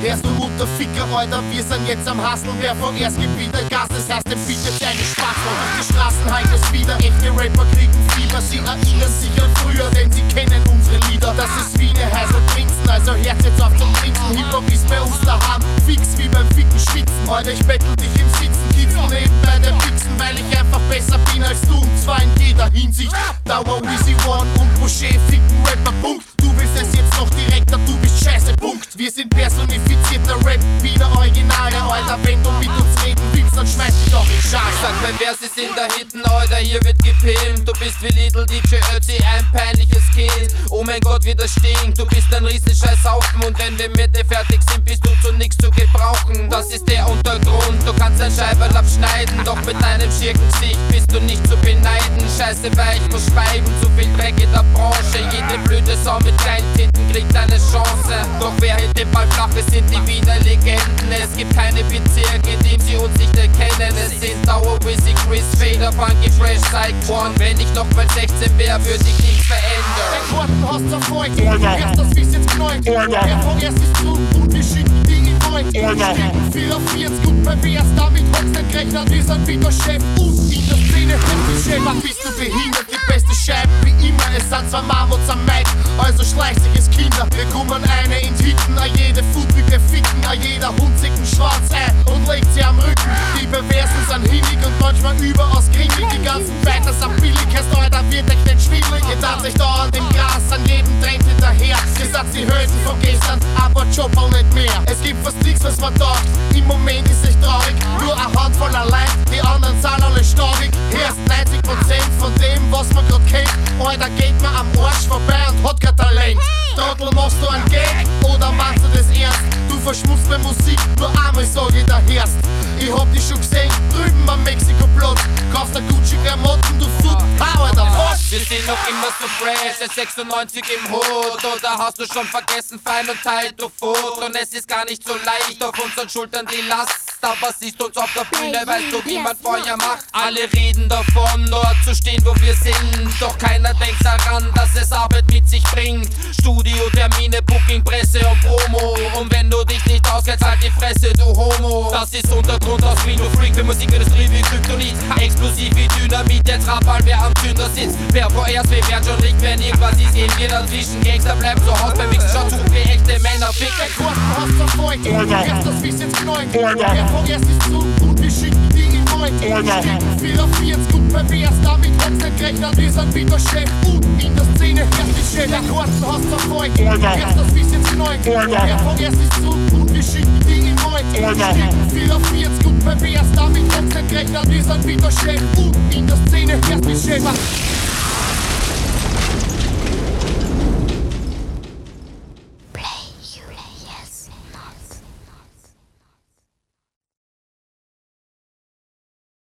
Erst du Mutterficker, Alter, wir sind jetzt am Hasseln. Wer vorerst gibt wieder Gas, das heißt, der bietet deine Spaß. Die Straßen heilt es wieder, echte Rapper kriegen Fieber. Sie erinnern sich an früher, denn sie kennen unsere Lieder. Das ist wie eine Heisel Prinzen, also Herz jetzt auf zum Trinken. Hip-Hop ist bei uns daheim, fix wie beim Ficken schwitzen. Alter, ich bettel dich im Sitzen, kitzel nebenbei der Wichsen, weil ich einfach besser bin als du. Und zwar in jeder Hinsicht. Dauer Weezy One und Rocher ficken Rapper, Punkt. Du willst es jetzt noch direkter, du bist scheiße, Punkt. Wir sind personifizierter Rap, wieder Original, ja, Alter. Wenn du mit uns reden willst, dann schmeiß dich doch in Schal. Sag, mein Vers ist in der Hitten, Alter, hier wird gepimpt. Du bist wie Little DJ Ötzi, ein peinliches Kind. Oh mein Gott, wie das stinkt, du bist ein riesen Scheißhaufen. Und wenn wir mit dir fertig sind, bist du zu nix zu gebrauchen. Das ist der Untergrund, du kannst ein Scheiberl abschneiden. Doch mit deinem schirken Gesicht bist du nicht zu beneiden. Scheiße weich, muss schweigen, zu viel Dreck in der Branche. Jede blöde Sau mit kleinen Titten kriegt eine Chance. Doch wer hält den Ball flach, es sind die Wiener Legenden. Es gibt keine Bezirke, in dem sie uns nicht erkennen. Es sind Dauer, Wizzy, Chris, Fader, Funky, Fresh, Psych, One. Wenn ich noch mal 16 wär, würde ich nichts verändern. Der Kartenhaus zerfolgt, erst das Wies jetzt knallt. Der vorerst ist zu und wir schicken die in Void. Stecken 44 und bei WS, damit hockst der Gerechner, wir sind wieder Chef. Und in der Szene nimmt die Chef. Wann bist du behindert, die beste Scheibe wie immer. Es sind zwei Mammuts am Mic, also schleicht sich es Kinder. Wir kommen eine ins Hitten, a jede Food mit der Ficken, a jeder Hund sich ein Schwarz ein und legt sie am Rücken. Die Perversen sind hinnig und manchmal überaus grimmig. Die ganzen Weiter sind billig, erst Alter wird echt nicht schwindelig. Ihr tanzt euch dauernd im Gras, an jedem Trend hinterher. Ihr seid die Hülsen von gestern, aber Job auch nicht mehr. Es gibt fast nichts, was man taugt, im Moment ist echt traurig. Nur eine Handvoll allein, die anderen sind alle staudig. Erst 90% von dem, was man grad kennt. Alter, geht man am Arsch vorbei und hat kein Talent. Trottel, machst du ein Gag oder machst du das ernst? Du verschmutzt meine Musik, nur einmal sag ich der Herst. Ich hab dich schon gesehen, drüben am Mexiko-Platz. Kaufst ein Gucci-Klamotten, du Foot, Alter, was? Wir sind noch immer so fresh, der 96 im Hut. Oder hast du schon vergessen, fein und tight, du Foot? Und es ist gar nicht so leicht, auf unseren Schultern die Last. Aber siehst uns auf der Bühne, weißt du, wie man Feuer macht. Alle reden davon, dort zu stehen, wo wir sind. Doch keiner denkt daran, dass es Arbeit mit sich bringt. Studio, Termine, Booking, Presse und Promo. Und wenn du dich nicht auskennst, halt die Fresse, du Homo. Das ist Untergrund aus Wien, du Freak, für Musikindustrie wie Kryptonit. Explosiv wie Dynamit, jetzt Rappal, wer am Zünder sitzt. Wer vorerst, wir werden schon richt, wenn irgendwas ist, gehen wir dazwischen. Gangster bleibt zu Haus, beim Mix schaut zu, wie echte Männer ficken. Der Kartenhaus zerfolgt, erst das Wies jetzt knallt. Der vorerst ist zu und wir schicken die in Void. Stecken 44 und bei WS, damit hockst der Gerechner, wir sind wieder Chef. Und in der Szene herrscht die Chef. Der Kartenhaus zerfolgt, erst das Wies jetzt knallt. Der vorerst ist zu und wir schicken die in Void. Stecken 44 und bei WS, damit hockst der Gerechner, wir sind wieder Chef. Und in der Szene herrscht die Chef.